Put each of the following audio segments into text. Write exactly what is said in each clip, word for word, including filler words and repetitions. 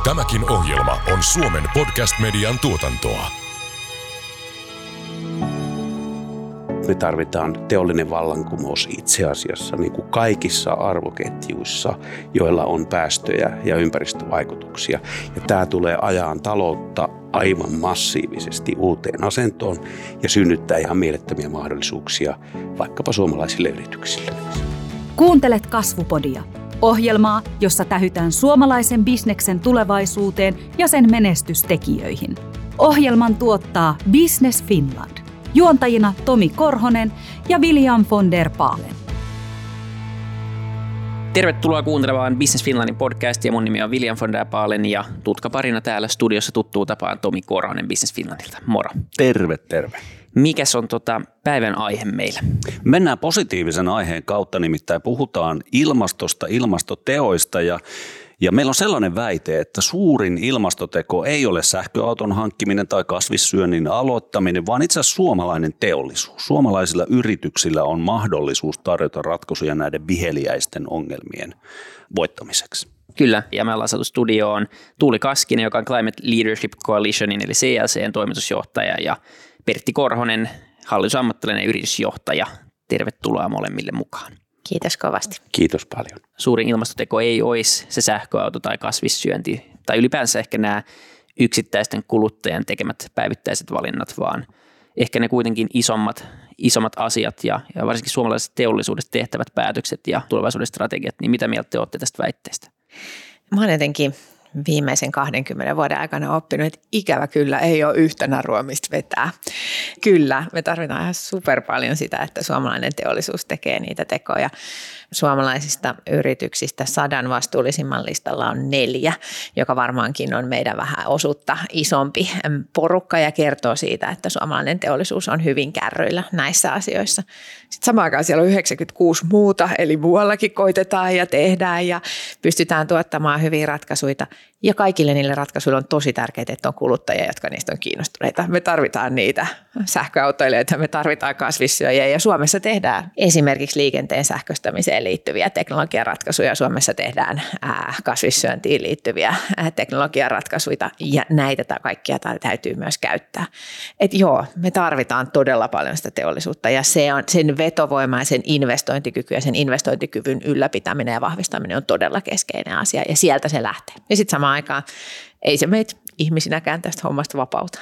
Tämäkin ohjelma on Suomen podcast-median tuotantoa. Me tarvitaan teollinen vallankumous itse asiassa niin kuin kaikissa arvoketjuissa, joilla on päästöjä ja ympäristövaikutuksia. Ja tämä tulee ajaan taloutta aivan massiivisesti uuteen asentoon ja synnyttää ihan mielettömiä mahdollisuuksia vaikkapa suomalaisille yrityksille. Kuuntelet Kasvupodia, ohjelmaa, jossa tähytään suomalaisen bisneksen tulevaisuuteen ja sen menestystekijöihin. Ohjelman tuottaa Business Finland. Juontajina Tomi Korhonen ja William von der Baalen. Tervetuloa kuuntelemaan Business Finlandin podcastia. Mun nimi on William von der Baalen ja tutkaparina täällä studiossa tuttuu tapaan Tomi Korhonen Business Finlandilta. Moro. Terve, terve. Mikäs on tota päivän aihe meillä? Mennään positiivisen aiheen kautta, nimittäin puhutaan ilmastosta, ilmastoteoista ja Ja meillä on sellainen väite, että suurin ilmastoteko ei ole sähköauton hankkiminen tai kasvissyönnin aloittaminen, vaan itse asiassa suomalainen teollisuus. Suomalaisilla yrityksillä on mahdollisuus tarjota ratkaisuja näiden viheliäisten ongelmien voittamiseksi. Kyllä, ja me ollaan saatu studioon Tuuli Kaskinen, joka on Climate Leadership Coalitionin eli C L C:n toimitusjohtaja, ja Pertti Korhonen, hallitusammattilainen yritysjohtaja. Tervetuloa molemmille mukaan. Kiitos kovasti. Kiitos paljon. Suurin ilmastoteko ei olisi se sähköauto tai kasvissyönti, tai ylipäänsä ehkä nämä yksittäisten kuluttajan tekemät päivittäiset valinnat, vaan ehkä ne kuitenkin isommat, isommat asiat ja, ja varsinkin suomalaisessa teollisuudessa tehtävät päätökset ja tulevaisuuden strategiat. Niin mitä mieltä te olette tästä väitteestä? Mä oon jotenkin viimeisen kahdenkymmenen vuoden aikana oppinut, että ikävä kyllä ei ole yhtä narua, mistä vetää. Kyllä, me tarvitaan ihan super paljon sitä, että suomalainen teollisuus tekee niitä tekoja. Suomalaisista yrityksistä sadan vastuullisimman listalla on neljä, joka varmaankin on meidän vähän osuutta isompi porukka ja kertoo siitä, että suomalainen teollisuus on hyvin kärryillä näissä asioissa. Sitten samaan aikaan siellä on yhdeksänkymmentäkuusi muuta, eli muuallakin koitetaan ja tehdään ja pystytään tuottamaan hyviä ratkaisuja. Ja kaikille niille ratkaisuille on tosi tärkeää, että on kuluttajia, jotka niistä on kiinnostuneita. Me tarvitaan niitä sähköautoilijoita, me tarvitaan kasvissyöjiä ja Suomessa tehdään esimerkiksi liikenteen sähköstämiseen liittyviä teknologiaratkaisuja. Suomessa tehdään ää, kasvissyöntiin liittyviä ää, teknologiaratkaisuja ja näitä kaikkia täytyy myös käyttää. Et joo, me tarvitaan todella paljon sitä teollisuutta ja se on, sen vetovoima ja sen investointikyky ja sen investointikyvyn ylläpitäminen ja vahvistaminen on todella keskeinen asia ja sieltä se lähtee. Ja sitten samaan aikaan ei se meitä ihmisinäkään tästä hommasta vapauta.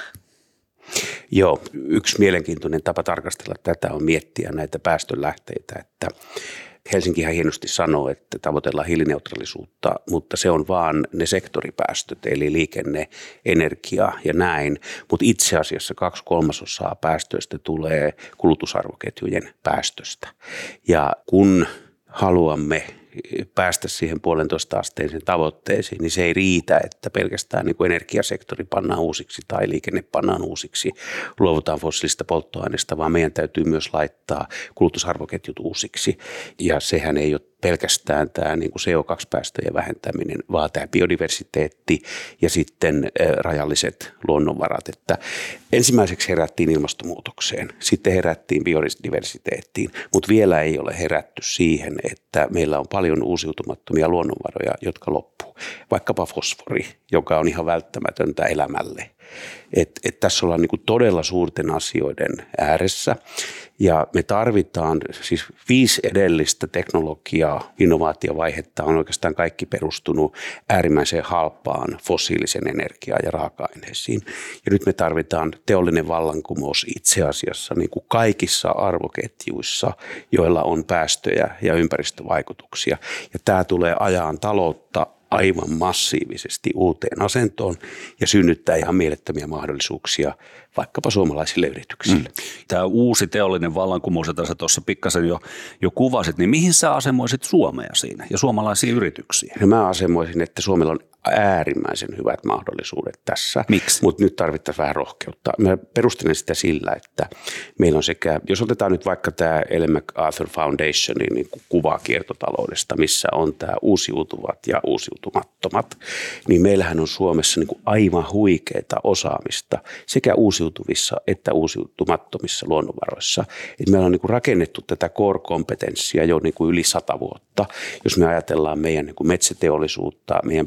Joo, yksi mielenkiintoinen tapa tarkastella tätä on miettiä näitä päästönlähteitä, että Helsinkihän hienosti sanoo, että tavoitellaan hiilineutraalisuutta, mutta se on vaan ne sektoripäästöt, eli liikenne, energia ja näin. Mutta itse asiassa kaksi kolmasosaa päästöistä tulee kulutusarvoketjujen päästöstä. Ja kun haluamme päästä siihen puolentoista asteisen tavoitteeseen, niin se ei riitä, että pelkästään niin kuin energiasektori pannaan uusiksi tai liikenne pannaan uusiksi, luovutaan fossiilista polttoaineesta, vaan meidän täytyy myös laittaa kulutusarvoketjut uusiksi. Ja sehän ei ole pelkästään tämä niin kuin C O kaksi -päästöjen vähentäminen, vaan tämä biodiversiteetti ja sitten rajalliset luonnonvarat. Että ensimmäiseksi herättiin ilmastonmuutokseen, sitten herättiin biodiversiteettiin, mutta vielä ei ole herätty siihen, että meillä on paljon uusiutumattomia luonnonvaroja, jotka loppuu. Vaikkapa fosfori, joka on ihan välttämätöntä elämälle. Et, et tässä ollaan niinku todella suurten asioiden ääressä ja me tarvitaan siis viisi edellistä teknologiaa, innovaatiovaihetta on oikeastaan kaikki perustunut äärimmäiseen halpaan fossiilisen energiaan ja raaka-aineisiin. Ja nyt me tarvitaan teollinen vallankumous itse asiassa niin kuin kaikissa arvoketjuissa, joilla on päästöjä ja ympäristövaikutuksia. Ja tämä tulee ajaan taloutta aivan massiivisesti uuteen asentoon ja synnyttää ihan mielettömiä mahdollisuuksia vaikkapa suomalaisille yrityksille. Mm. Tämä uusi teollinen vallankumous, jota sä tuossa pikkasen jo, jo kuvasit, niin mihin sä asemoisit Suomea siinä ja suomalaisia yrityksiä? No mä asemoisin, että Suomella on äärimmäisen hyvät mahdollisuudet tässä. Miksi? Mutta nyt tarvittaisiin vähän rohkeutta. Mä perustelen sitä sillä, että meillä on sekä, jos otetaan nyt vaikka tämä Ellen MacArthur Foundationin niin kuva kiertotaloudesta, missä on tämä uusiutuvat ja uusiutumattomat, niin meillähän on Suomessa niin kuin aivan huikeaa osaamista sekä uusiutuvissa että uusiutumattomissa luonnonvaroissa. Et meillä on niin kuin rakennettu tätä core-kompetenssia jo niin kuin yli sata vuotta. Jos me ajatellaan meidän niin kuin metsäteollisuutta, meidän biosektoria,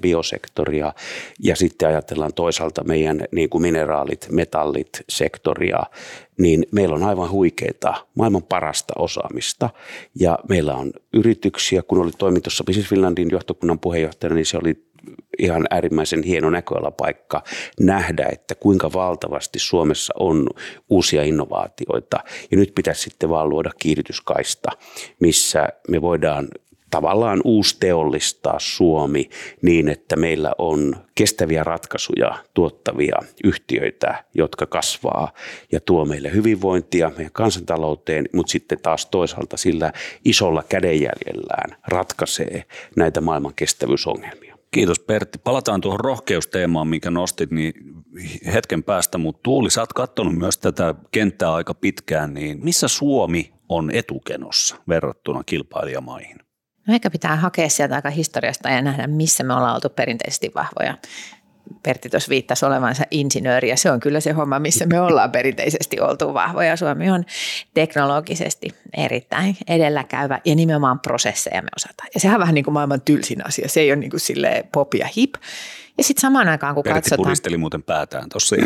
sektoria ja sitten ajatellaan toisaalta meidän niin kuin mineraalit, metallit sektoria, niin meillä on aivan huikeita, maailman parasta osaamista ja meillä on yrityksiä, kun oli toimin tuossa Business Finlandin johtokunnan puheenjohtajana, niin se oli ihan äärimmäisen hieno näköalapaikka nähdä, että kuinka valtavasti Suomessa on uusia innovaatioita. Ja nyt pitäisi sitten vaan luoda kiihdytyskaista, missä me voidaan tavallaan uusteollistaa Suomi niin, että meillä on kestäviä ratkaisuja tuottavia yhtiöitä, jotka kasvaa ja tuo meille hyvinvointia meidän kansantalouteen, mutta sitten taas toisaalta sillä isolla kädenjäljellään ratkaisee näitä maailman kestävyysongelmia. Kiitos Pertti. Palataan tuohon rohkeusteemaan, minkä nostit niin hetken päästä, mutta Tuuli, sä oot katsonut myös tätä kenttää aika pitkään, niin missä Suomi on etukenossa verrattuna kilpailijamaihin? No ehkä pitää hakea sieltä aika historiasta ja nähdä, missä me ollaan oltu perinteisesti vahvoja. Pertti tuossa viittasi olevansa insinööri ja se on kyllä se homma, missä me ollaan perinteisesti oltu vahvoja. Suomi on teknologisesti erittäin edelläkäyvä ja nimenomaan prosesseja me osataan. Ja sehän on vähän niin kuin maailman tylsin asia. Se ei ole niin kuin silleen pop ja hip. Ja sitten samaan aikaan, kun Pertti katsotaan... Pertti puristeli muuten päätään tuossa.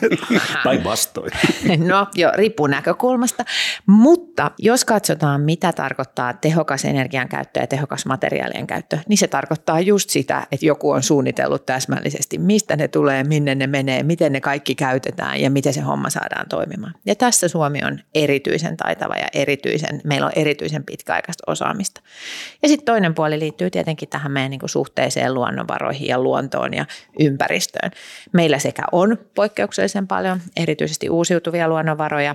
Tai vastoin. No joo, riippuu näkökulmasta. Mutta jos katsotaan, mitä tarkoittaa tehokas energiankäyttö ja tehokas materiaalien käyttö, niin se tarkoittaa just sitä, että joku on suunnitellut täsmällisesti, mistä ne tulee, minne ne menee, miten ne kaikki käytetään ja miten se homma saadaan toimimaan. Ja tässä Suomi on erityisen taitava ja erityisen, meillä on erityisen pitkäaikaista osaamista. Ja sitten toinen puoli liittyy tietenkin tähän meidän niin kuin suhteeseen luonnonvaroihin ja luontoon ja ympäristöön. Meillä sekä on poikkeuksellisen paljon erityisesti uusiutuvia luonnonvaroja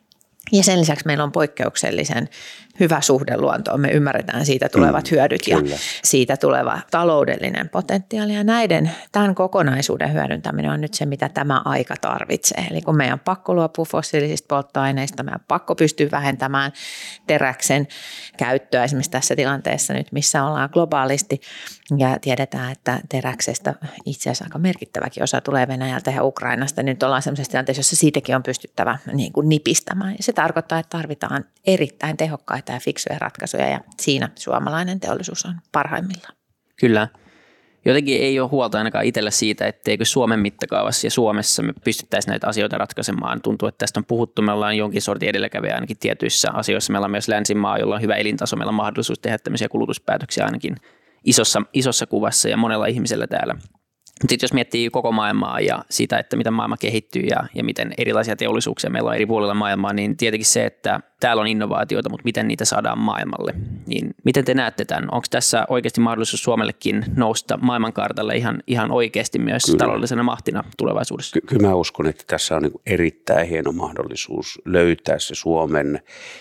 ja sen lisäksi meillä on poikkeuksellisen hyvä suhde luontoon. Me ymmärretään siitä tulevat hyödyt ja Kyllä. siitä tuleva taloudellinen potentiaali. Ja näiden, tämän kokonaisuuden hyödyntäminen on nyt se, mitä tämä aika tarvitsee. Eli kun meidän on pakko luopua fossiilisista polttoaineista, meidän on pakko pystyä vähentämään teräksen käyttöä esimerkiksi tässä tilanteessa nyt, missä ollaan globaalisti. Ja tiedetään, että teräksestä itse asiassa aika merkittäväkin osa tulee Venäjältä ja Ukrainasta. Nyt ollaan sellaisessa tilanteessa, jossa siitäkin on pystyttävä niin kuin nipistämään. Ja se tarkoittaa, että tarvitaan erittäin tehokkaita ja fiksuja ratkaisuja ja siinä suomalainen teollisuus on parhaimmillaan. Kyllä. Jotenkin ei ole huolta ainakaan itsellä siitä, etteikö Suomen mittakaavassa ja Suomessa me pystyttäisiin näitä asioita ratkaisemaan. Tuntuu, että tästä on puhuttu, me ollaan jonkin sortin edelläkävijä ainakin tietyissä asioissa. Meillä on myös länsimaa, jolla on hyvä elintaso, meillä on mahdollisuus tehdä tämmöisiä kulutuspäätöksiä ainakin isossa, isossa kuvassa ja monella ihmisellä täällä. Mutta sitten jos miettii koko maailmaa ja sitä, että miten maailma kehittyy ja, ja miten erilaisia teollisuuksia meillä on eri puolilla maailmaa, niin tietenkin se, että täällä on innovaatioita, mutta miten niitä saadaan maailmalle. Niin miten te näette tämän? Onko tässä oikeasti mahdollisuus Suomellekin nousta maailmankartalle ihan, ihan oikeasti myös Kyllä. taloudellisena mahtina tulevaisuudessa? Ky- Kyllä mä uskon, että tässä on niin kuin erittäin hieno mahdollisuus löytää se Suomen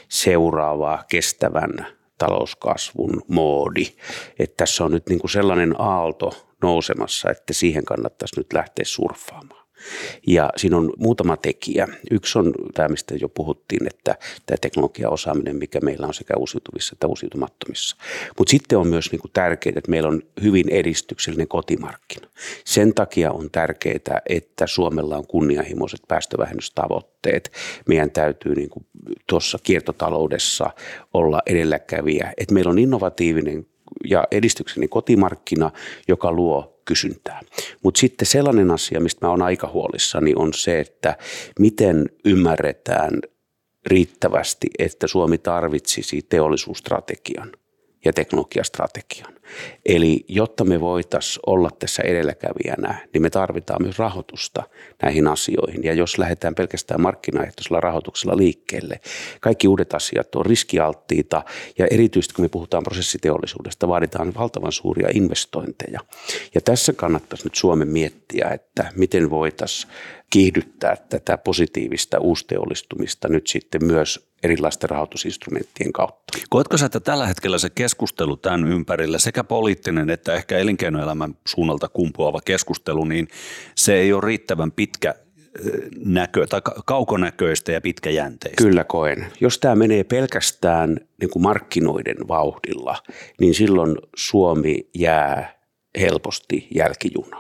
seuraava kestävän talouskasvun moodi. Että tässä on nyt niin kuin sellainen aalto nousemassa, että siihen kannattaisi nyt lähteä surffaamaan. Ja siinä on muutama tekijä. Yksi on tämä, mistä jo puhuttiin, että tämä teknologiaosaaminen, mikä meillä on sekä uusiutuvissa että uusiutumattomissa. Mutta sitten on myös niin kuin tärkeää, että meillä on hyvin edistyksellinen kotimarkkina. Sen takia on tärkeää, että Suomella on kunnianhimoiset päästövähennystavoitteet. Meidän täytyy niin kuin tuossa kiertotaloudessa olla edelläkävijä. Että meillä on innovatiivinen ja edistyksellinen kotimarkkina, joka luo kysyntää. Mutta sitten sellainen asia, mistä mä oon aika huolissani, on se, että miten ymmärretään riittävästi, että Suomi tarvitsisi teollisuusstrategian ja teknologiastrategian. Eli jotta me voitaisiin olla tässä edelläkävijänä, niin me tarvitaan myös rahoitusta näihin asioihin. Ja jos lähdetään pelkästään markkinaehtoisella rahoituksella liikkeelle, kaikki uudet asiat on riskialttiita ja erityisesti kun me puhutaan prosessiteollisuudesta, vaaditaan valtavan suuria investointeja. Ja tässä kannattaisi nyt Suomen miettiä, että miten voitaisiin kiihdyttää tätä positiivista uusteollistumista nyt sitten myös erilaisten rahoitusinstrumenttien kautta. Koetko sä, että tällä hetkellä se keskustelu tämän ympärillä, sekä poliittinen että ehkä elinkeinoelämän suunnalta kumpuava keskustelu, niin se ei ole riittävän pitkä näkö, tai kaukonäköistä ja pitkäjänteistä? Kyllä koen. Jos tämä menee pelkästään niin kuin markkinoiden vauhdilla, niin silloin Suomi jää helposti jälkijunaan.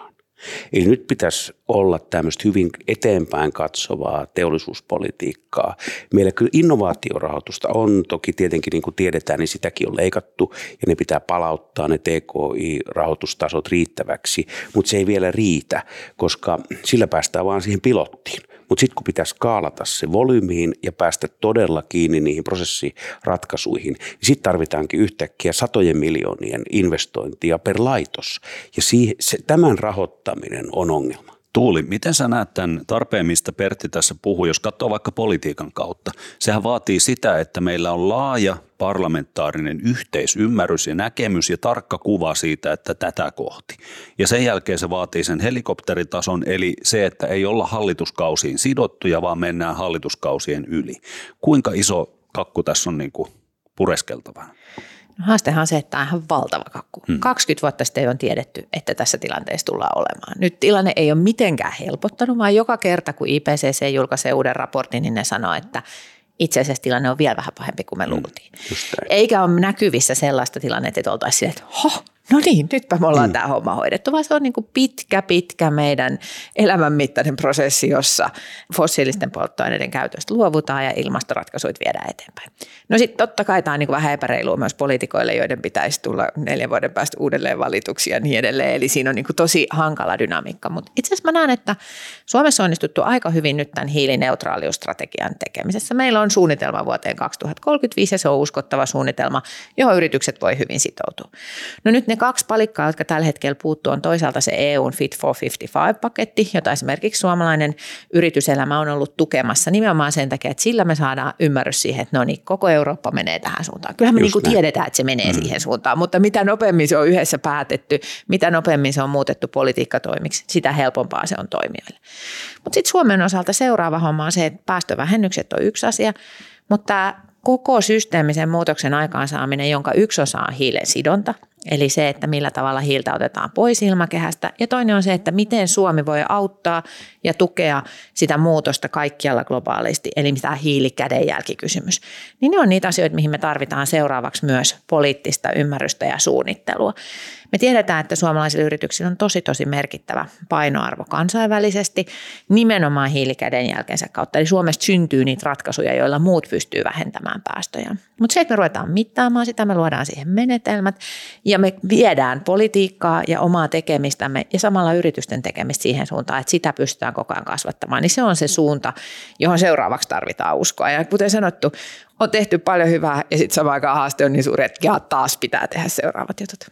Eli nyt pitäisi olla tämmöistä hyvin eteenpäin katsovaa teollisuuspolitiikkaa. Meillä kyllä innovaatiorahoitusta on, toki tietenkin niin kuin tiedetään, niin sitäkin on leikattu ja ne pitää palauttaa ne T K I-rahoitustasot riittäväksi, mutta se ei vielä riitä, koska sillä päästään vaan siihen pilottiin. Mutta sitten kun pitäisi skaalata se volyymiin ja päästä todella kiinni niihin prosessiratkaisuihin, niin sitten tarvitaankin yhtäkkiä satojen miljoonien investointia per laitos. Ja siihen, se, tämän rahoittaminen on ongelma. Tuuli, miten sä näet tämän tarpeen, mistä Pertti tässä puhui, jos katsoo vaikka politiikan kautta? Sehän vaatii sitä, että meillä on laaja parlamentaarinen yhteisymmärrys ja näkemys ja tarkka kuva siitä, että tätä kohti. Ja sen jälkeen se vaatii sen helikopteritason, eli se, että ei olla hallituskausiin sidottuja, vaan mennään hallituskausien yli. Kuinka iso kakku tässä on niin kuin pureskeltavana? No, haastehan on se, että tämä on ihan valtava kakku. Hmm. kaksikymmentä vuotta sitten on tiedetty, että tässä tilanteessa tullaan olemaan. Nyt tilanne ei ole mitenkään helpottanut, vaan joka kerta, kun I P C C julkaisee uuden raportin, niin ne sanoo, että itse asiassa tilanne on vielä vähän pahempi kuin me luultiin. Hmm. Eikä ole näkyvissä sellaista tilannetta, että oltaisiin silleen, että ho, no niin, nytpä me ollaan mm. tämä homma hoidettu, vaan se on niin kuin pitkä, pitkä meidän elämänmittainen prosessi, jossa fossiilisten polttoaineiden käytöstä luovutaan ja ilmastoratkaisuit viedään eteenpäin. No sitten totta kai tämä on niin kuin vähän epäreilua myös poliitikoille, joiden pitäisi tulla neljän vuoden päästä uudelleen valituksi ja niin edelleen. Eli siinä on niin kuin tosi hankala dynamiikka, mutta itse asiassa mä näen, että Suomessa on onnistuttu aika hyvin nyt tämän hiilineutraaliusstrategian tekemisessä. Meillä on suunnitelma vuoteen kaksituhattakolmekymmentäviisi ja se on uskottava suunnitelma, johon yritykset voi hyvin sitoutua. No nyt ne kaksi palikkaa, jotka tällä hetkellä puuttuu, on toisaalta se E U:n Fit for viisikymmentäviisi-paketti, jota esimerkiksi suomalainen yrityselämä on ollut tukemassa nimenomaan sen takia, että sillä me saadaan ymmärrys siihen, että no niin, koko Eurooppa menee tähän suuntaan. Kyllähän me niin kuin tiedetään, että se menee mm. siihen suuntaan, mutta mitä nopeammin se on yhdessä päätetty, mitä nopeammin se on muutettu politiikkatoimiksi, sitä helpompaa se on toimijoille. Mutta sitten Suomen osalta seuraava homma on se, että päästövähennykset on yksi asia, mutta tämä koko systeemisen muutoksen aikaansaaminen, jonka yksi osa on hiilen sidonta, eli se, että millä tavalla hiiltä otetaan pois ilmakehästä, ja toinen on se, että miten Suomi voi auttaa ja tukea sitä muutosta kaikkialla globaalisti, eli tämä hiilikädenjälkikysymys. Niin ne on niitä asioita, mihin me tarvitaan seuraavaksi myös poliittista ymmärrystä ja suunnittelua. Me tiedetään, että suomalaisilla yrityksillä on tosi tosi merkittävä painoarvo kansainvälisesti nimenomaan hiilikädenjälkensä kautta. Eli Suomesta syntyy niitä ratkaisuja, joilla muut pystyy vähentämään päästöjä. Mutta se, että me ruvetaan mittaamaan sitä, me luodaan siihen menetelmät ja me viedään politiikkaa ja omaa tekemistämme ja samalla yritysten tekemistä siihen suuntaan, että sitä pystytään koko ajan kasvattamaan. Niin se on se suunta, johon seuraavaksi tarvitaan uskoa. Ja kuten sanottu, on tehty paljon hyvää ja sitten samaan aikaan haaste on niin suuri, että taas pitää tehdä seuraavat jutut.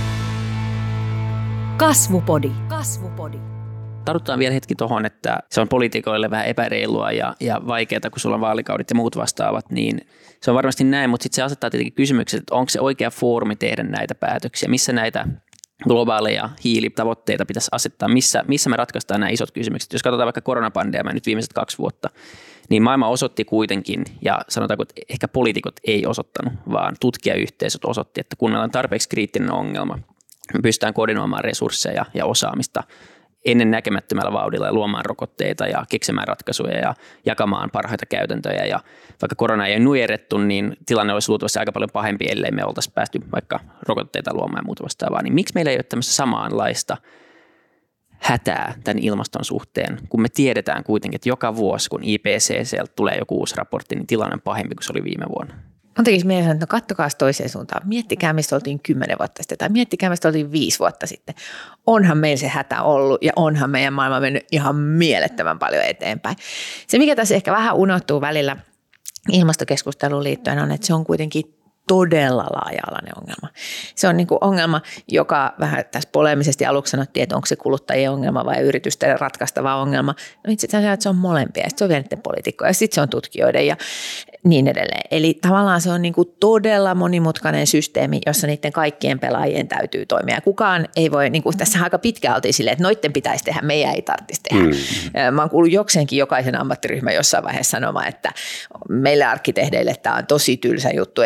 Kasvupodi. Kasvupodi. Tartutaan vielä hetki tuohon, että se on poliitikoille vähän epäreilua ja, ja vaikeaa, kun sulla on vaalikaudet ja muut vastaavat, niin se on varmasti näin, mutta sitten se asettaa tietenkin kysymykset, että onko se oikea foorumi tehdä näitä päätöksiä, missä näitä globaaleja hiilitavoitteita pitäisi asettaa, missä, missä me ratkaistaan nämä isot kysymykset. Jos katsotaan vaikka koronapandemia nyt viimeiset kaksi vuotta, niin maailma osoitti kuitenkin, ja sanotaanko, että ehkä poliitikot ei osoittanut, vaan tutkijayhteisöt osoitti, että kun meillä on tarpeeksi kriittinen ongelma, me pystytään koordinoimaan resursseja ja osaamista ennen näkemättömällä vauhdilla ja luomaan rokotteita ja keksimään ratkaisuja ja jakamaan parhaita käytäntöjä. Ja vaikka korona ei ole nujerrettu, niin tilanne olisi luultavasti aika paljon pahempi, ellei me oltaisi päästy vaikka rokotteita luomaan ja muuta vastaavaa. Niin miksi meillä ei ole tämmöistä samanlaista hätää tämän ilmaston suhteen, kun me tiedetään kuitenkin, että joka vuosi, kun I P C C:ltä tulee joku uusi raportti, niin tilanne on pahempi kuin se oli viime vuonna. On tekisi mielessä, että no kattokaa toiseen suuntaan. Miettikää, mistä oltiin kymmenen vuotta sitten tai miettikää, mistä oltiin viisi vuotta sitten. Onhan meillä se hätä ollut ja onhan meidän maailma mennyt ihan mielettömän paljon eteenpäin. Se, mikä tässä ehkä vähän unohtuu välillä ilmastokeskusteluun liittyen, on, että se on kuitenkin todella laaja-alainen ongelma. Se on niin kuin ongelma, joka vähän tässä poleemisesti aluksi sanottiin, että onko se kuluttajien ongelma vai yritysten ratkaistava ongelma. No itse asiassa että se on molempia. Sitten se on vielä niiden poliitikkoja ja sitten se on tutkijoiden ja niin edelleen. Eli tavallaan se on niin kuin todella monimutkainen systeemi, jossa niiden kaikkien pelaajien täytyy toimia. Kukaan ei voi, niin kuin tässä aika pitkään oltiin silleen, että noitten pitäisi tehdä, meidän ei tarvitsisi tehdä. Mm. Mä oon kuullut jokseenkin jokaisen ammattiryhmän jossain vaiheessa sanomaan, että meille arkkitehdeille tämä on tosi tylsä juttu, ei meidän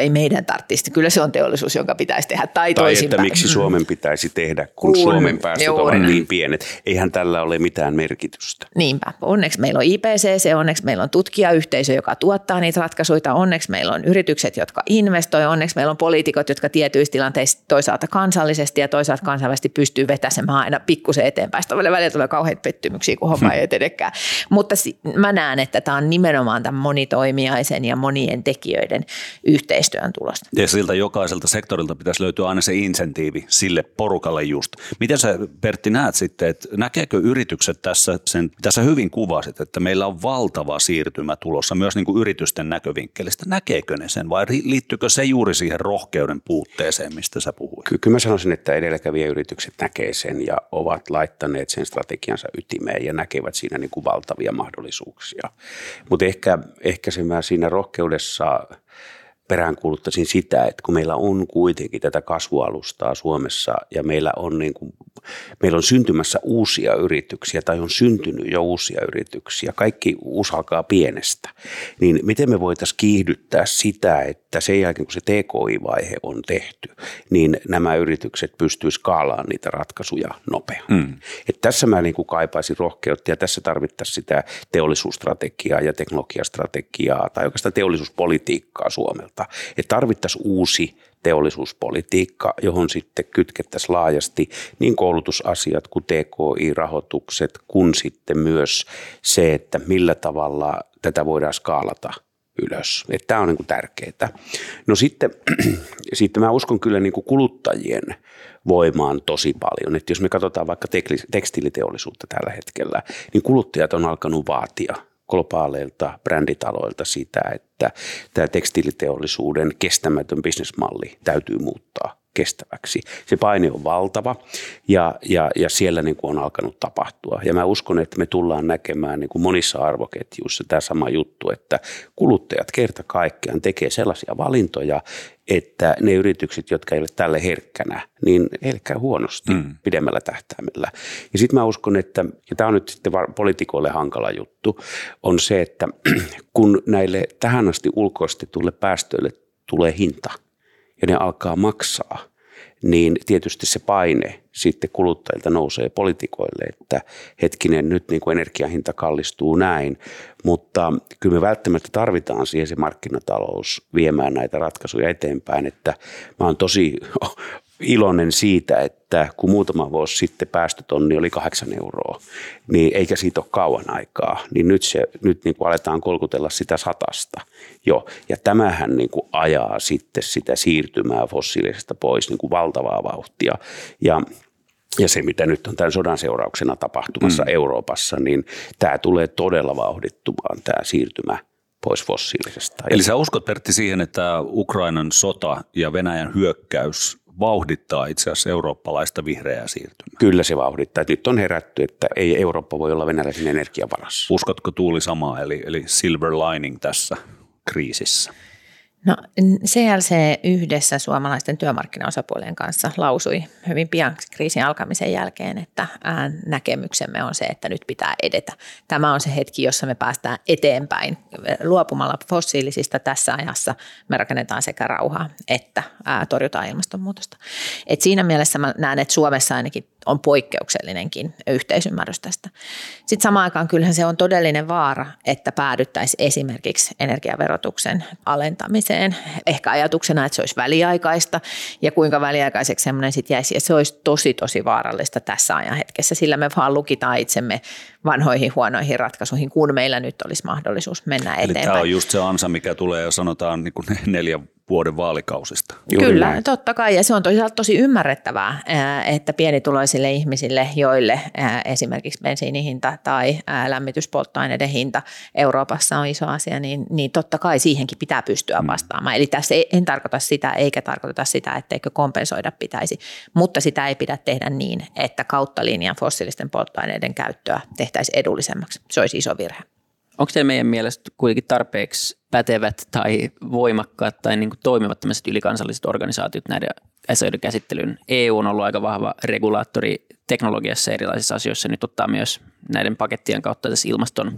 meidän tarvitsisi. Kyllä se on teollisuus, jonka pitäisi tehdä, tai, tai toisinpäin. että miksi Suomen pitäisi tehdä, kun, kun Suomen päästöt ovat niin pienet. Eihän tällä ole mitään merkitystä. Niinpä. Onneksi meillä on I P C C, onneksi meillä on tutkijayhteisö, joka tuottaa niitä ratkaisuja, onneksi meillä on yritykset, jotka investoivat, onneksi meillä on poliitikot, jotka tietyissä tilanteissa toisaalta kansallisesti ja toisaalta kansainvälisesti pystyy vetäsemään aina pikkusen eteenpäin. Sitten välillä tulee kauheita pettymyksiä, kun homma ei etenekään. Mutta mä näen, että tämä on nimenomaan tämän monitoimijaisen ja monien tekijöiden yhteistyön tulosta. Ja siltä jokaiselta sektorilta pitäisi löytyä aina se insentiivi sille porukalle just. Miten sä, Pertti, näet sitten, että näkeekö yritykset tässä, sen, tässä hyvin kuvasit, että meillä on valtava siirtymä tulossa myös niin kuin yritysten näkövinkkelistä. Näkeekö ne sen vai liittyykö se juuri siihen rohkeuden puutteeseen, mistä sä puhuit? Ky- kyllä mä sanoisin, että edelläkävijäyritykset näkee sen ja ovat laittaneet sen strategiansa ytimeen ja näkevät siinä niin kuin valtavia mahdollisuuksia. Mutta ehkä, ehkä se mä siinä rohkeudessa peräänkuuluttaisin sitä, että kun meillä on kuitenkin tätä kasvualustaa Suomessa ja meillä on, niin kuin, meillä on syntymässä uusia yrityksiä tai on syntynyt jo uusia yrityksiä, kaikki uusi alkaa pienestä, niin miten me voitaisiin kiihdyttää sitä, että sen jälkeen kun se T K I-vaihe on tehty, niin nämä yritykset pystyisivät skaalaamaan niitä ratkaisuja nopeammin. Mm. Että tässä mä niin kuin kaipaisin rohkeutta ja tässä tarvittaisiin sitä teollisuusstrategiaa ja teknologiastrategiaa tai oikeastaan teollisuuspolitiikkaa Suomelta. Että tarvittaisiin uusi teollisuuspolitiikka, johon sitten kytkettäisiin laajasti niin koulutusasiat kuin T K I-rahoitukset, kuin sitten myös se, että millä tavalla tätä voidaan skaalata ylös. Että tämä on niin kuin tärkeää. No sitten, sitten mä uskon kyllä niin kuin kuluttajien voimaan tosi paljon. Että jos me katsotaan vaikka tekstiiliteollisuutta tällä hetkellä, niin kuluttajat on alkanut vaatia globaaleilta bränditaloilta sitä, että tämä tekstiiliteollisuuden kestämätön bisnesmalli täytyy muuttaa kestäväksi. Se paine on valtava ja, ja, ja siellä niin kuin on alkanut tapahtua. Ja mä uskon, että me tullaan näkemään niin kuin monissa arvoketjuissa tämä sama juttu, että kuluttajat kerta kaikkiaan tekee sellaisia valintoja, että ne yritykset, jotka ei ole tälle herkkänä, niin heille käy huonosti mm. pidemmällä tähtäimellä. Ja sitten mä uskon, että, ja tämä on nyt sitten poliitikoille hankala juttu, on se, että kun näille tähän asti ulkoistetulle päästöille tulee hinta, ja ne alkaa maksaa, niin tietysti se paine sitten kuluttajilta nousee poliitikoille, että hetkinen, nyt niin kuin energiahinta kallistuu näin, mutta kyllä me välttämättä tarvitaan siihen se markkinatalous viemään näitä ratkaisuja eteenpäin, että mä oon tosi iloinen siitä, että kun muutama vuosi sitten päästötonni oli kahdeksan euroa, niin eikä siitä ole kauan aikaa, niin nyt, se, nyt niin kuin aletaan kolkutella sitä satasta jo. Ja tämähän niin kuin ajaa sitten sitä siirtymää fossiilisesta pois niin kuin valtavaa vauhtia. Ja Ja se, mitä nyt on tämän sodan seurauksena tapahtumassa mm. Euroopassa, niin tämä tulee todella vauhdittumaan tämä siirtymä pois fossiilisesta. Eli sä uskot, Pertti, siihen, että Ukrainan sota ja Venäjän hyökkäys vauhdittaa itse asiassa eurooppalaista vihreää siirtymää? Kyllä se vauhdittaa. Nyt on herätty, että ei Eurooppa voi olla venäläisen energian varassa. Uskotko, Tuuli, samaa, eli, eli silver lining tässä kriisissä? No C L C yhdessä suomalaisten työmarkkinaosapuolien kanssa lausui hyvin pian kriisin alkamisen jälkeen, että näkemyksemme on se, että nyt pitää edetä. Tämä on se hetki, jossa me päästään eteenpäin. Luopumalla fossiilisista tässä ajassa me rakennetaan sekä rauhaa että torjutaan ilmastonmuutosta. Et siinä mielessä mä näen, että Suomessa ainakin on poikkeuksellinenkin yhteisymmärrys tästä. Sitten samaan aikaan kyllähän se on todellinen vaara, että päädyttäisiin esimerkiksi energiaverotuksen alentamiseen. Ehkä ajatuksena, että se olisi väliaikaista ja kuinka väliaikaiseksi semmoinen sitten jäisi. Ja se olisi tosi, tosi vaarallista tässä ajan hetkessä, sillä me vaan lukitaan itsemme vanhoihin huonoihin ratkaisuihin, kun meillä nyt olisi mahdollisuus mennä Eli eteenpäin. Tämä on just se ansa, mikä tulee ja sanotaan niin kuin neljän vuoden vaalikausista. Kyllä, näin. Totta kai. Ja se on toisaalta tosi ymmärrettävää, että pienituloisille ihmisille, joille esimerkiksi bensiinihinta tai lämmityspolttoaineiden hinta Euroopassa on iso asia, niin, niin totta kai siihenkin pitää pystyä vastaamaan. Mm. Eli tässä en tarkoita sitä, eikä tarkoita sitä, etteikö kompensoida pitäisi, mutta sitä ei pidä tehdä niin, että kautta linjan fossiilisten polttoaineiden käyttöä tehtäisiin edullisemmaksi. Se olisi iso virhe. Onko teillä meidän mielestä kuitenkin tarpeeksi pätevät tai voimakkaat tai niin kuin toimivat tämmöiset ylikansalliset organisaatiot näiden asioiden käsittelyyn? E U on ollut aika vahva regulaattori teknologiassa erilaisissa asioissa, nyt ottaa myös näiden pakettien kautta tässä ilmaston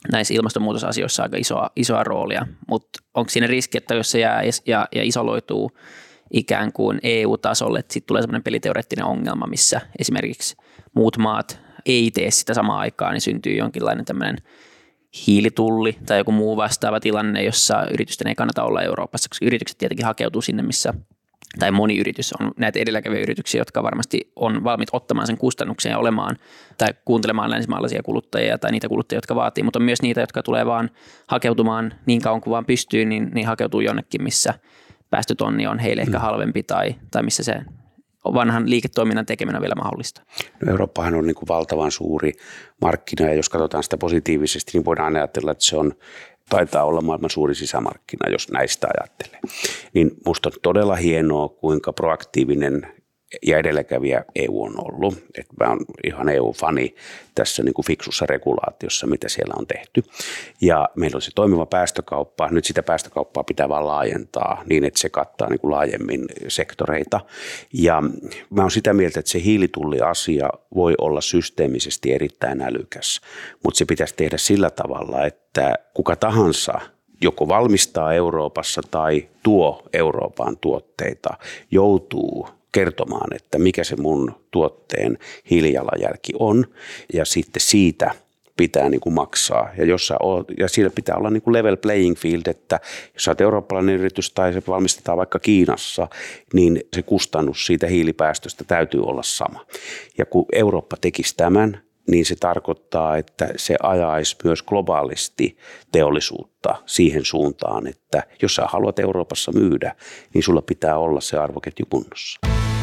näissä ilmastonmuutosasioissa aika isoa, isoa roolia, mutta onko siinä riski, että jos se jää ja, ja isoloituu ikään kuin E U-tasolle, että sitten tulee sellainen peliteoreettinen ongelma, missä esimerkiksi muut maat ei tee sitä samaan aikaan, niin syntyy jonkinlainen tämmöinen hiilitulli tai joku muu vastaava tilanne, jossa yritysten ei kannata olla Euroopassa, koska yritykset tietenkin hakeutuu sinne, missä, tai moni yritys on näitä edelläkävijäyrityksiä, jotka varmasti on valmiit ottamaan sen kustannuksen ja olemaan tai kuuntelemaan länsimaalaisia kuluttajia tai niitä kuluttajia, jotka vaatii, mutta on myös niitä, jotka tulee vaan hakeutumaan niin kauan kuin vaan pystyy, niin, niin hakeutuu jonnekin, missä päästötonni on heille ehkä halvempi tai, tai missä se vanhan liiketoiminnan tekeminen on vielä mahdollista. No Eurooppahan on niin kuin valtavan suuri markkina ja jos katsotaan sitä positiivisesti, niin voidaan ajatella, että se on, taitaa olla maailman suuri sisämarkkina, jos näistä ajattelee. Niin musta on todella hienoa, kuinka proaktiivinen ja edelläkävijä E U on ollut. Että mä oon ihan E U-fani tässä niin kuin fiksussa regulaatiossa, mitä siellä on tehty. Ja meillä on se toimiva päästökauppa. Nyt sitä päästökauppaa pitää vaan laajentaa niin, että se kattaa niin kuin laajemmin sektoreita. Ja mä oon sitä mieltä, että se hiilitulliasia voi olla systeemisesti erittäin älykäs, mutta se pitäisi tehdä sillä tavalla, että kuka tahansa joko valmistaa Euroopassa tai tuo Euroopan tuotteita joutuu kertomaan, että mikä se mun tuotteen hiilijalanjälki on ja sitten siitä pitää niin kuin maksaa. Ja, jos sä oot, ja siinä pitää olla niin kuin level playing field, että jos sä oot eurooppalainen yritys tai se valmistetaan vaikka Kiinassa, niin se kustannus siitä hiilipäästöstä täytyy olla sama. Ja kun Eurooppa tekisi tämän, niin se tarkoittaa, että se ajaisi myös globaalisti teollisuutta siihen suuntaan, että jos sä haluat Euroopassa myydä, niin sulla pitää olla se arvoketju kunnossa.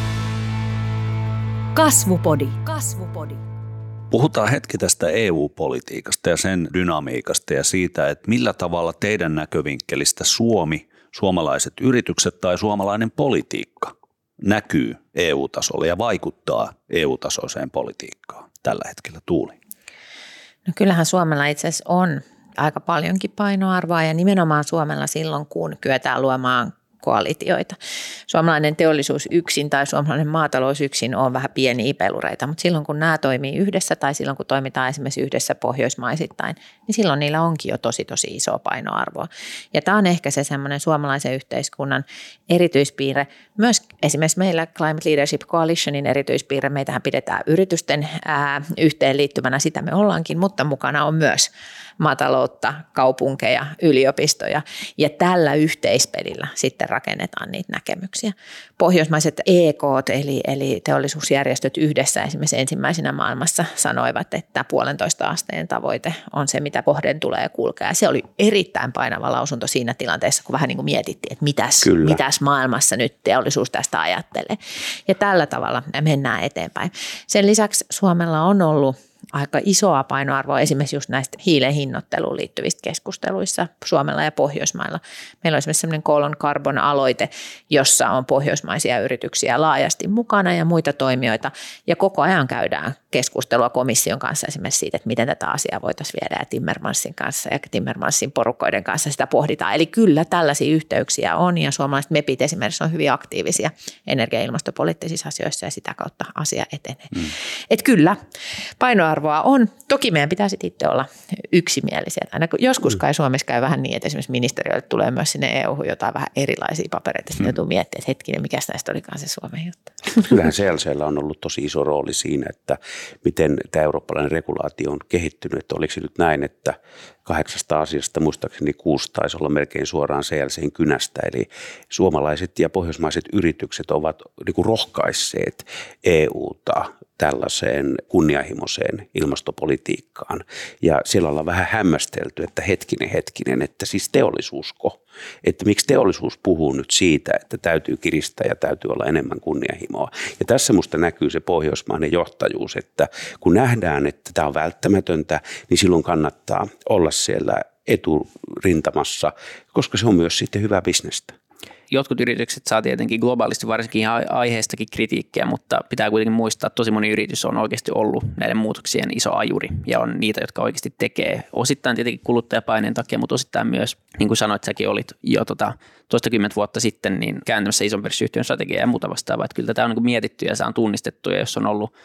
Kasvupodi. Kasvupodi. Puhutaan hetki tästä E U-politiikasta ja sen dynamiikasta ja siitä, että millä tavalla teidän näkövinkkelistä Suomi, suomalaiset yritykset tai suomalainen politiikka näkyy E U-tasolla ja vaikuttaa E U-tasoiseen politiikkaan tällä hetkellä. Tuuli. No kyllähän Suomella itse asiassa on aika paljonkin painoarvoa ja nimenomaan Suomella silloin, kun kyetään luomaan koalitioita. Suomalainen teollisuus yksin tai suomalainen maatalous yksin on vähän pieniä pelureita, mutta silloin kun nämä toimii yhdessä tai silloin kun toimitaan esimerkiksi yhdessä pohjoismaisittain, niin silloin niillä onkin jo tosi tosi iso painoarvoa. Ja tämä on ehkä se semmoinen suomalaisen yhteiskunnan erityispiirre. Myös esimerkiksi meillä Climate Leadership Coalitionin erityispiirre, meitähän pidetään yritysten ää, yhteenliittymänä, sitä me ollaankin, mutta mukana on myös maataloutta, kaupunkeja, yliopistoja ja tällä yhteispelillä sitten rakennetaan niitä näkemyksiä. Pohjoismaiset E K:t eli, eli teollisuusjärjestöt yhdessä esimerkiksi ensimmäisenä maailmassa sanoivat, että puolentoista asteen tavoite on se, mitä kohden tulee kulkea. Se oli erittäin painava lausunto siinä tilanteessa, kun vähän niin kuin mietittiin, että mitäs, mitäs maailmassa nyt teollisuus tästä ajattelee. Ja tällä tavalla mennään eteenpäin. Sen lisäksi Suomella on ollut aika isoa painoarvoa esimerkiksi just näistä hiilen hinnoitteluun liittyvistä keskusteluissa Suomella ja Pohjoismailla. Meillä on esimerkiksi sellainen Call on Carbon-aloite, jossa on pohjoismaisia yrityksiä laajasti mukana ja muita toimijoita. Ja koko ajan käydään keskustelua komission kanssa esimerkiksi siitä, että miten tätä asiaa voitaisiin viedä ja Timmermansin kanssa ja Timmermansin porukoiden kanssa sitä pohditaan. Eli kyllä tällaisia yhteyksiä on ja suomalaiset mepit esimerkiksi on hyvin aktiivisia energia- ja ilmastopoliittisissa asioissa ja sitä kautta asia etenee. Mm. Että kyllä, painoarvoa on. Toki meidän pitää sitten itse olla yksimielisiä. Aina joskus kai Suomessa käy vähän niin, että esimerkiksi ministeriöille tulee myös sinne E U:hun jotain vähän erilaisia papereita. Sitten joutuu miettimään, että hetkinen, mikä näistä olikaan se Suomen juttu. Kyllähän C L C:llä on ollut tosi iso rooli siinä, että miten tämä eurooppalainen regulaatio on kehittynyt. Että oliko se nyt näin, että kahdeksasta asiasta muistaakseni kuusi taisi olla melkein suoraan C L C:n kynästä. Eli suomalaiset ja pohjoismaiset yritykset ovat niin kuin rohkaisseet E U:ta tällaiseen kunnianhimoiseen ilmastopolitiikkaan. Ja siellä ollaan vähän hämmästelty, että hetkinen, hetkinen, että siis teollisuusko, että miksi teollisuus puhuu nyt siitä, että täytyy kiristää ja täytyy olla enemmän kunnianhimoa. Ja tässä musta näkyy se pohjoismainen johtajuus, että kun nähdään, että tämä on välttämätöntä, niin silloin kannattaa olla siellä eturintamassa, koska se on myös sitten hyvä bisnestä. Jotkut yritykset saa tietenkin globaalisti varsinkin aiheestakin kritiikkiä, mutta pitää kuitenkin muistaa, että tosi moni yritys on oikeasti ollut näiden muutoksien iso ajuri ja on niitä, jotka oikeasti tekee osittain tietenkin kuluttajapaineen takia, mutta osittain myös, niin kuin sanoit, säkin olit jo tota, toistakymmentä vuotta sitten niin kääntämässä ison pörssiyhtiön strategiaa ja muuta vastaavaa, että kyllä tämä on niin kuin mietitty ja se on tunnistettu ja jos on ollut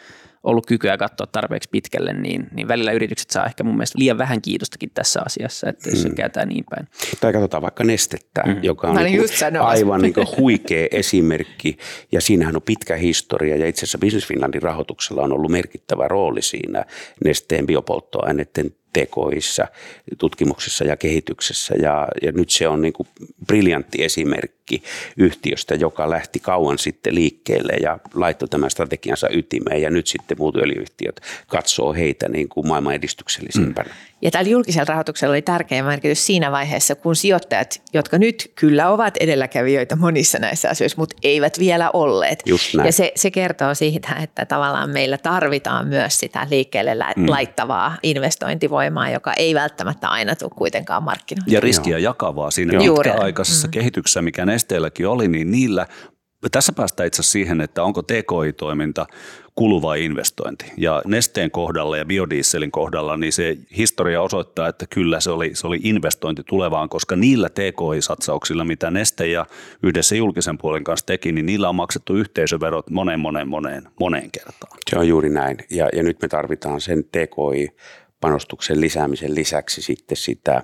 ollut kykyä katsoa tarpeeksi pitkälle, niin, niin välillä yritykset saa ehkä mun mielestä liian vähän kiitostakin tässä asiassa, että jos se mm. käytetään niin päin. Tai katsotaan vaikka Nestettä, mm. joka on niin aivan niin huikea esimerkki, ja siinähän on pitkä historia, ja itse asiassa Business Finlandin rahoituksella on ollut merkittävä rooli siinä Nesteen biopolttoaineiden tekoissa, tutkimuksessa ja kehityksessä, ja, ja nyt se on niin kuin briljantti esimerkki yhtiöstä, joka lähti kauan sitten liikkeelle ja laittoi tämän strategiansa ytimeen, ja nyt sitten muut öljyyhtiöt katsoo heitä niin kuin maailman edistyksellisimpänä. Mm. Ja tällä julkisella rahoituksella oli tärkeä merkitys siinä vaiheessa, kun sijoittajat, jotka nyt kyllä ovat edelläkävijöitä monissa näissä asioissa, mutta eivät vielä olleet. Ja se, se kertoo siitä, että tavallaan meillä tarvitaan myös sitä liikkeelle mm. laittavaa investointivoimaa, joka ei välttämättä aina tule kuitenkaan markkinoille. Ja riskiä jakavaa siinä pitkäaikaisessa mm. kehityksessä, mikä Nesteelläkin oli, niin niillä tässä päästään itse asiassa siihen, että onko T K I-toiminta kuluva investointi. Ja Nesteen kohdalla ja biodieselin kohdalla niin se historia osoittaa, että kyllä se oli, se oli investointi tulevaan, koska niillä T K I-satsauksilla, mitä Neste ja yhdessä julkisen puolen kanssa teki, niin niillä on maksettu yhteisöverot moneen, moneen, moneen, moneen kertaan. Se on juuri näin. Ja, ja nyt me tarvitaan sen T K I-panostuksen lisäämisen lisäksi sitten sitä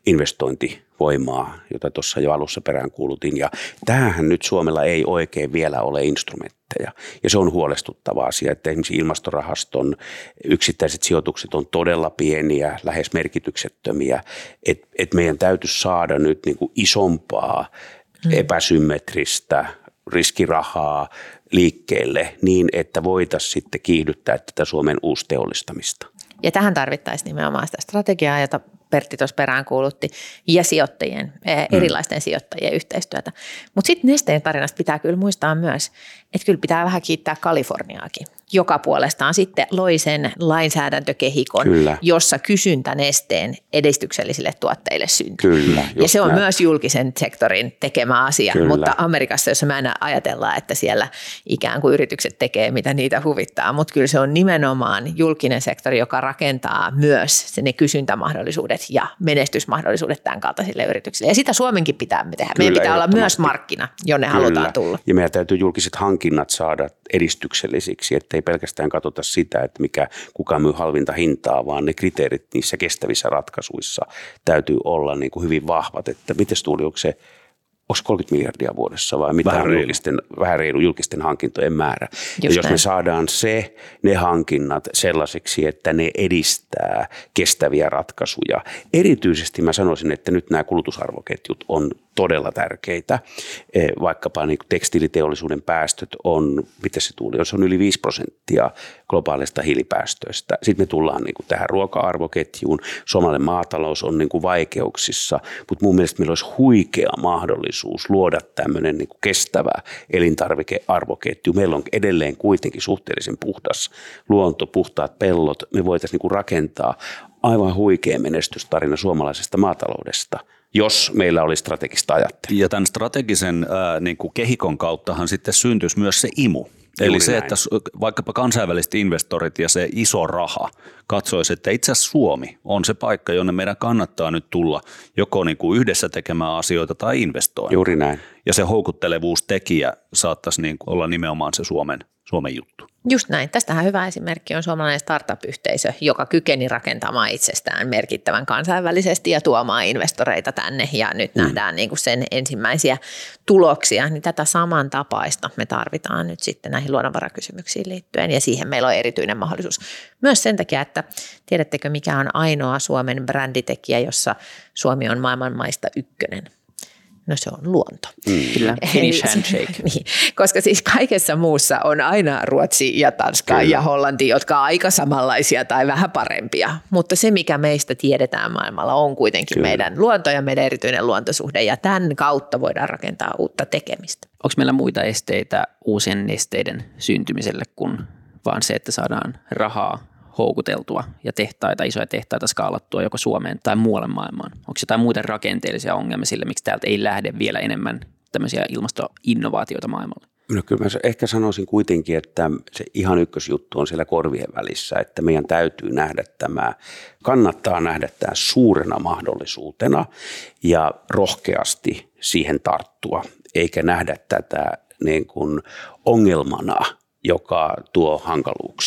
investointivoimaa, jota tuossa jo alussa peräänkuulutin. Ja tämähän nyt Suomella ei oikein vielä ole instrumentteja. Ja se on huolestuttava asia, että esimerkiksi ilmastorahaston yksittäiset sijoitukset on todella pieniä, lähes merkityksettömiä. Että et meidän täytyisi saada nyt niin kuin isompaa, hmm. epäsymmetristä riskirahaa liikkeelle niin, että voitaisiin sitten kiihdyttää tätä Suomen uusteollistamista. Ja tähän tarvittaisiin nimenomaan sitä strategiaa, jota Pertti tuossa peräänkuulutti, ja sijoittajien, erilaisten mm. sijoittajien yhteistyötä. Mutta sitten Nesteen tarinasta pitää kyllä muistaa myös, että kyllä pitää vähän kiittää Kaliforniaakin, joka puolestaan sitten loi sen lainsäädäntökehikon, kyllä. jossa kysyntä Nesteen edistyksellisille tuotteille syntyy. Kyllä, ja se on näin. Myös julkisen sektorin tekemä asia, kyllä. mutta Amerikassa, jossa mä en ajatella, että siellä ikään kuin yritykset tekee, mitä niitä huvittaa, mutta kyllä se on nimenomaan julkinen sektori, joka rakentaa myös ne kysyntämahdollisuudet ja menestysmahdollisuudet tämän kaltaisille yrityksille. Ja sitä Suomenkin pitää tehdä. Meidän pitää olla myös markkina, jonne kyllä. halutaan tulla. Ja meidän täytyy julkiset hankinnat saada edistyksellisiksi, ettei pelkästään katsota sitä, että mikä, kuka myy halvinta hintaa, vaan ne kriteerit niissä kestävissä ratkaisuissa täytyy olla niin kuin hyvin vahvat. Että miten Tuuli, onko se onko kolmekymmentä miljardia vuodessa vai mitä on julkisten, vähän reilu julkisten hankintojen määrä. Just ja jos näin. Me saadaan se, ne hankinnat sellaisiksi, että ne edistää kestäviä ratkaisuja. Erityisesti mä sanoisin, että nyt nämä kulutusarvoketjut on todella tärkeitä. Vaikkapa niin tekstiiliteollisuuden päästöt on, mitä se tuli, se on yli viisi prosenttia globaalista hiilipäästöistä. Sitten me tullaan niin kuin tähän ruoka-arvoketjuun. Suomalainen maatalous on niin kuin vaikeuksissa, mutta mun mielestä meillä olisi huikea mahdollisuus luoda tämmöinen niin kuin kestävä elintarvikearvoketju. Meillä on edelleen kuitenkin suhteellisen puhdas luonto, puhtaat pellot. Me voitaisiin niin kuin rakentaa aivan huikea menestystarina suomalaisesta maataloudesta, jos meillä oli strategista ajattelua. Ja tämän strategisen ää, niin kuin kehikon kauttahan sitten syntyisi myös se imu. Eli juuri se, näin. Että vaikkapa kansainväliset investorit ja se iso raha katsoisi, että itse asiassa Suomi on se paikka, jonne meidän kannattaa nyt tulla joko niin kuin yhdessä tekemään asioita tai investoimaan. Juuri näin. Ja se houkuttelevuustekijä saattaisi niin kuin olla nimenomaan se Suomen, Suomen juttu. Just näin. Tästähän hyvä esimerkki on suomalainen startup-yhteisö, joka kykeni rakentamaan itsestään merkittävän kansainvälisesti ja tuomaan investoreita tänne. Ja nyt mm. nähdään niin kuin sen ensimmäisiä tuloksia. Niin tätä samantapaista me tarvitaan nyt sitten näihin luonnonvarakysymyksiin liittyen. Ja siihen meillä on erityinen mahdollisuus. Myös sen takia, että tiedättekö mikä on ainoa Suomen bränditekijä, jossa Suomi on maailman maista ykkönen? No se on luonto. Mm. Kyllä, Finnish handshake. Niin, koska siis kaikessa muussa on aina Ruotsi ja Tanska Kyllä. ja Hollanti, jotka on aika samanlaisia tai vähän parempia. Mutta se, mikä meistä tiedetään maailmalla, on kuitenkin Kyllä. meidän luonto ja meidän erityinen luontosuhde. Ja tämän kautta voidaan rakentaa uutta tekemistä. Onko meillä muita esteitä uusien nesteiden syntymiselle kuin vaan se, että saadaan rahaa houkuteltua ja tehtaita, isoja tehtaita skaalattua joko Suomeen tai muualle maailmaan? Onko jotain muita rakenteellisia ongelmia sille, miksi täältä ei lähde vielä enemmän tämmöisiä ilmastoinnovaatioita maailmalle? No kyllä mä ehkä sanoisin kuitenkin, että se ihan ykkösjuttu on siellä korvien välissä, että meidän täytyy nähdä tämä, kannattaa nähdä tämä suurena mahdollisuutena ja rohkeasti siihen tarttua, eikä nähdä tätä niin kuin ongelmana, joka tuo hankaluuksia.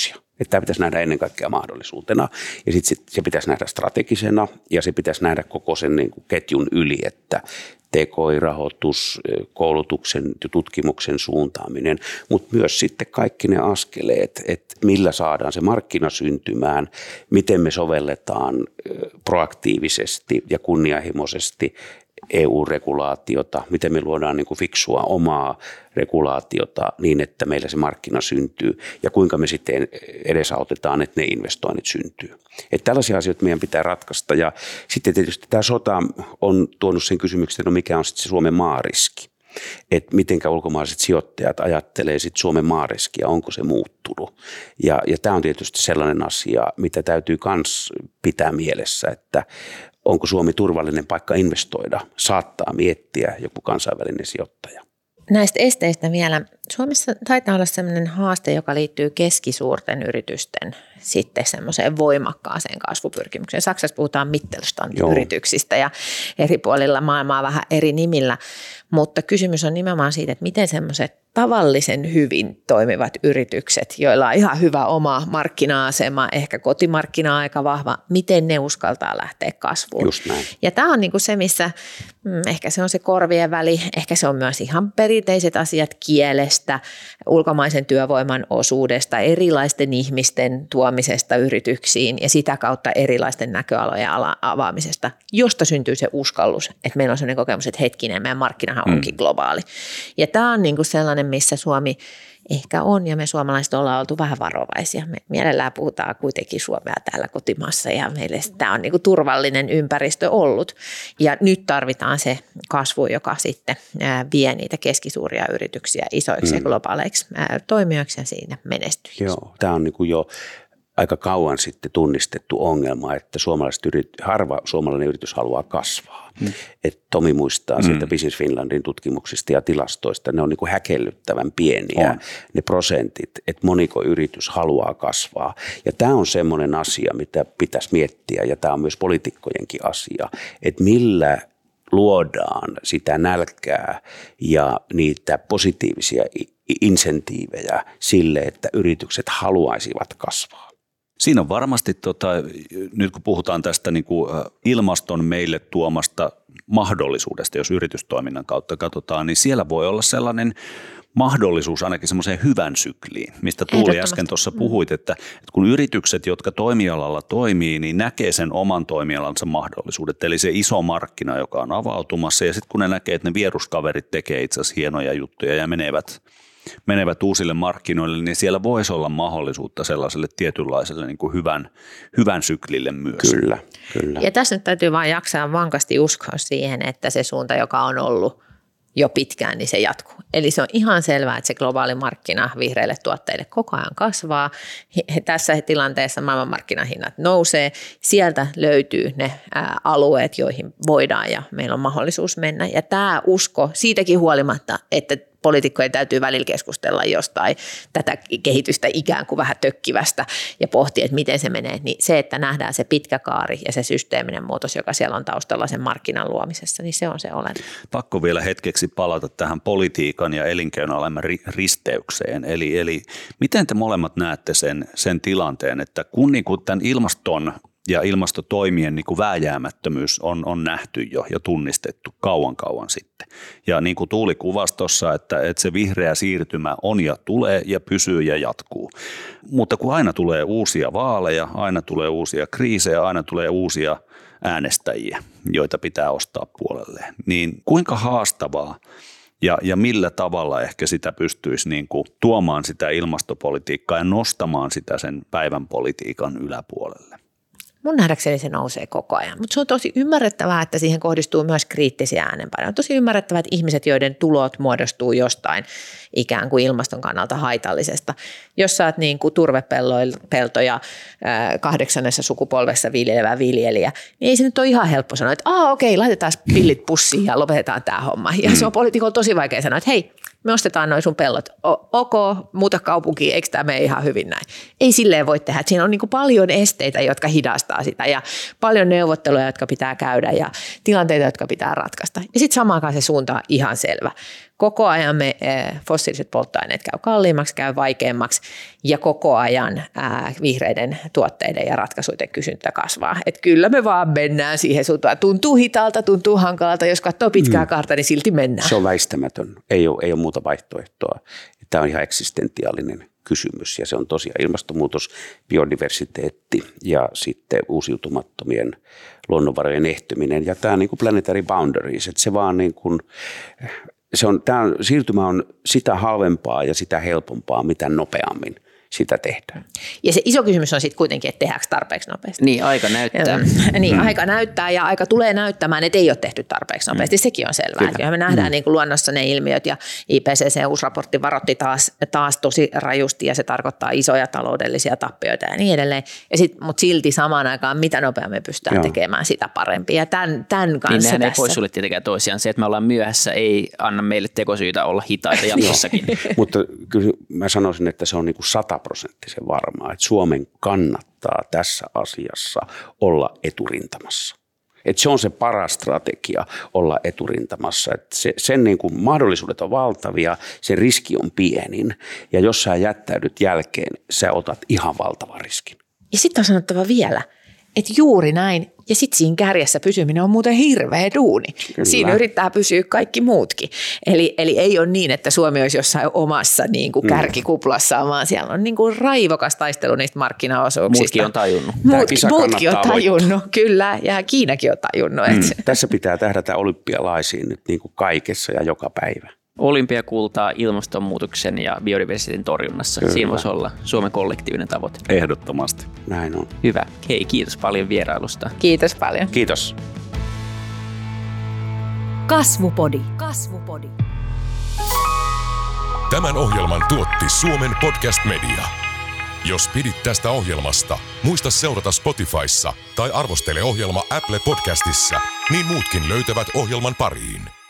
Että tämä pitäisi nähdä ennen kaikkea mahdollisuutena ja sitten se pitäisi nähdä strategisena ja se pitäisi nähdä koko sen niin kuin ketjun yli, että T K I-rahoitus, koulutuksen ja tutkimuksen suuntaaminen, mutta myös sitten kaikki ne askeleet, että millä saadaan se markkina syntymään, miten me sovelletaan proaktiivisesti ja kunnianhimoisesti E U-regulaatiota, miten me luodaan niin kuin fiksua omaa regulaatiota niin, että meillä se markkina syntyy ja kuinka me sitten edesautetaan, että ne investoinnit syntyy. Että tällaisia asioita meidän pitää ratkaista ja sitten tietysti tämä sota on tuonut sen kysymyksen, että no mikä on sitten se Suomen maariski. Että mitenkä ulkomaalaiset sijoittajat ajattelee sitten Suomen maariskiä, onko se muuttunut. Ja, ja tämä on tietysti sellainen asia, mitä täytyy myös pitää mielessä, että onko Suomi turvallinen paikka investoida, saattaa miettiä joku kansainvälinen sijoittaja. Näistä esteistä vielä. Suomessa taitaa olla sellainen haaste, joka liittyy keskisuurten yritysten sitten semmoiseen voimakkaaseen kasvupyrkimykseen. Saksassa puhutaan Mittelstand-yrityksistä ja eri puolilla maailmaa vähän eri nimillä, mutta kysymys on nimenomaan siitä, että miten semmoiset tavallisen hyvin toimivat yritykset, joilla on ihan hyvä oma markkina-asema, ehkä kotimarkkina aika vahva, miten ne uskaltaa lähteä kasvuun. Just näin. Ja tämä on niinku se, missä mm, ehkä se on se korvien väli, ehkä se on myös ihan perinteiset asiat kielestä, ulkomaisen työvoiman osuudesta, erilaisten ihmisten tuomisesta yrityksiin ja sitä kautta erilaisten näköalojen avaamisesta, josta syntyy se uskallus, että meillä on sellainen kokemus, että hetkinen, meidän markkinahan onkin mm. globaali. Ja tämä on niinku sellainen, missä Suomi ehkä on ja me suomalaiset ollaan oltu vähän varovaisia. Me mielellään puhutaan kuitenkin suomea täällä kotimaassa ja meille tämä on niinku turvallinen ympäristö ollut. Ja nyt tarvitaan se kasvu, joka sitten vie niitä keskisuuria yrityksiä isoiksi mm. ja globaaleiksi toimijoiksi ja siinä menestyjiksi. Joo, tämä on niinku jo aika kauan sitten tunnistettu ongelma, että suomalaiset yrit, harva suomalainen yritys haluaa kasvaa. Mm. Et Tomi muistaa mm. sieltä Business Finlandin tutkimuksista ja tilastoista, ne on niin kuin häkellyttävän pieniä on. ne prosentit, että moniko yritys haluaa kasvaa. Ja tämä on semmoinen asia, mitä pitäisi miettiä ja tämä on myös poliitikkojenkin asia, että millä luodaan sitä nälkää ja niitä positiivisia insentiivejä sille, että yritykset haluaisivat kasvaa. Siinä on varmasti, tota, nyt kun puhutaan tästä niin kuin ilmaston meille tuomasta mahdollisuudesta, jos yritystoiminnan kautta katsotaan, niin siellä voi olla sellainen mahdollisuus ainakin semmoiseen hyvän sykliin, mistä Tuuli äsken tuossa puhuit, että, että kun yritykset, jotka toimialalla toimii, niin näkee sen oman toimialansa mahdollisuudet, eli se iso markkina, joka on avautumassa, ja sitten kun ne näkee, että ne vieruskaverit tekee itse asiassa hienoja juttuja ja menevät menevät uusille markkinoille, niin siellä voisi olla mahdollisuutta sellaiselle tietynlaiselle niin kuin hyvän, hyvän syklille myös. Kyllä, kyllä. Ja tässä nyt täytyy vain jaksaa vankasti uskoa siihen, että se suunta, joka on ollut jo pitkään, niin se jatkuu. Eli se on ihan selvää, että se globaali markkina vihreille tuotteille koko ajan kasvaa. Tässä tilanteessa maailmanmarkkinahinnat nousee. Sieltä löytyy ne alueet, joihin voidaan ja meillä on mahdollisuus mennä. Ja tämä usko siitäkin huolimatta, että poliitikkojen täytyy välillä keskustella jostain tätä kehitystä ikään kuin vähän tökkivästä ja pohtia, että miten se menee. Niin se, että nähdään se pitkä kaari ja se systeeminen muutos, joka siellä on taustalla sen markkinan luomisessa, niin se on se olennainen. Pakko vielä hetkeksi palata tähän politiikan ja elinkeinoelämän risteykseen. Eli, eli miten te molemmat näette sen, sen tilanteen, että kun niin kuin tämän ilmaston ja ilmastotoimien niin kuin vääjäämättömyys on, on nähty jo ja tunnistettu kauan kauan sitten. Ja niin kuin Tuuli kuvasi tuossa, että, että se vihreä siirtymä on ja tulee ja pysyy ja jatkuu. Mutta kun aina tulee uusia vaaleja, aina tulee uusia kriisejä, aina tulee uusia äänestäjiä, joita pitää ostaa puolelleen, niin kuinka haastavaa ja, ja millä tavalla ehkä sitä pystyisi niin kuin tuomaan sitä ilmastopolitiikkaa ja nostamaan sitä sen päivän politiikan yläpuolelle? Mun nähdäkseni se nousee koko ajan, mutta se on tosi ymmärrettävää, että siihen kohdistuu myös kriittisiä äänenpainoja. On tosi ymmärrettävää, että ihmiset, joiden tulot muodostuu jostain ikään kuin ilmaston kannalta haitallisesta. Jos sä oot niin kuin turvepeltoja kahdeksannessa sukupolvessa viljelevä viljelijä, niin ei se nyt ole ihan helppo sanoa, että Aa, okei, laitetaan pillit pussiin ja lopetetaan tämä homma. Ja se on poliitikolla tosi vaikea sanoa, että hei, me ostetaan noin sun pellot. O- ok, muuta kaupunkiin, eikö tämä mene ihan hyvin näin? Ei silleen voi tehdä. Siinä on niin kuin paljon esteitä, jotka hidastaa sitä ja paljon neuvotteluja, jotka pitää käydä ja tilanteita, jotka pitää ratkaista. Ja sitten samaan aikaan se suunta on ihan selvä. Koko ajan me fossiiliset polttoaineet käy kalliimmaksi, käy vaikeammaksi ja koko ajan ää, vihreiden tuotteiden ja ratkaisuiden kysyntä kasvaa. Et kyllä me vaan mennään siihen suuntaan. Tuntuu hitaalta, tuntuu hankalalta. Jos katsoo pitkää mm. kaarta, niin silti mennään. Se on väistämätön. Ei ole, ei ole muuta vaihtoehtoa. Tämä on ihan eksistentiaalinen kysymys ja se on tosiaan ilmastonmuutos, biodiversiteetti ja sitten uusiutumattomien luonnonvarojen ehtyminen ja tämä niin kuin planetary boundaries, että se vaan niin kuin, se on, tämä siirtymä on sitä halvempaa ja sitä helpompaa, mitä nopeammin sitä tehdään. Ja se iso kysymys on sitten kuitenkin, että tehdäänkö tarpeeksi nopeasti. Niin, aika näyttää. niin, mm. aika näyttää ja aika tulee näyttämään, että ei ole tehty tarpeeksi nopeasti. Mm. Sekin on selvää. Kyllä. Me nähdään mm. niin kuin luonnossa ne ilmiöt ja I P C C uusi raportti varoitti taas, taas tosi rajusti ja se tarkoittaa isoja taloudellisia tappioita ja niin edelleen. Ja sit, mutta silti samaan aikaan, mitä nopeammin pystytään Joo. tekemään, sitä parempi. Ja tämän, tämän kanssa niin nehän tässä. ei poissulje tietenkään toisiaan. Se, että me ollaan myöhässä, ei anna meille tekosyitä olla hitaita jatkossakin. Mutta kyllä mä sanoisin, että se on niin kuin sata prosenttisen varmaa, että Suomen kannattaa tässä asiassa olla eturintamassa. Että se on se paras strategia olla eturintamassa. Että se, sen niin kuin mahdollisuudet on valtavia, se riski on pienin ja jos sä jättäydyt jälkeen, sä otat ihan valtavan riskin. Ja sitten on sanottava vielä, että juuri näin. Ja sitten siinä kärjessä pysyminen on muuten hirveä duuni. Kyllä. Siinä yrittää pysyä kaikki muutkin. Eli, eli ei ole niin, että Suomi olisi jossain omassa niin kuin kärkikuplassaan, vaan siellä on niin kuin raivokas taistelu niistä markkinaosuuksista. Muutkin on tajunnut. Muut, muutkin on tajunnut, voittaa. Kyllä. Ja Kiinakin on tajunnut. Mm. Tässä pitää tähdätä olympialaisiin nyt niin kuin kaikessa ja joka päivä. Olympiakultaa ilmastonmuutoksen ja biodiversiteetin torjunnassa. Kyllä. Siinä voisi olla Suomen kollektiivinen tavoite. Ehdottomasti. Näin on. Hyvä. Hei, kiitos paljon vierailusta. Kiitos paljon. Kiitos. Kasvupodi. Kasvupodi. Tämän ohjelman tuotti Suomen Podcast Media. Jos pidit tästä ohjelmasta, muista seurata Spotifyssa tai arvostele ohjelma Apple Podcastissa, niin muutkin löytävät ohjelman pariin.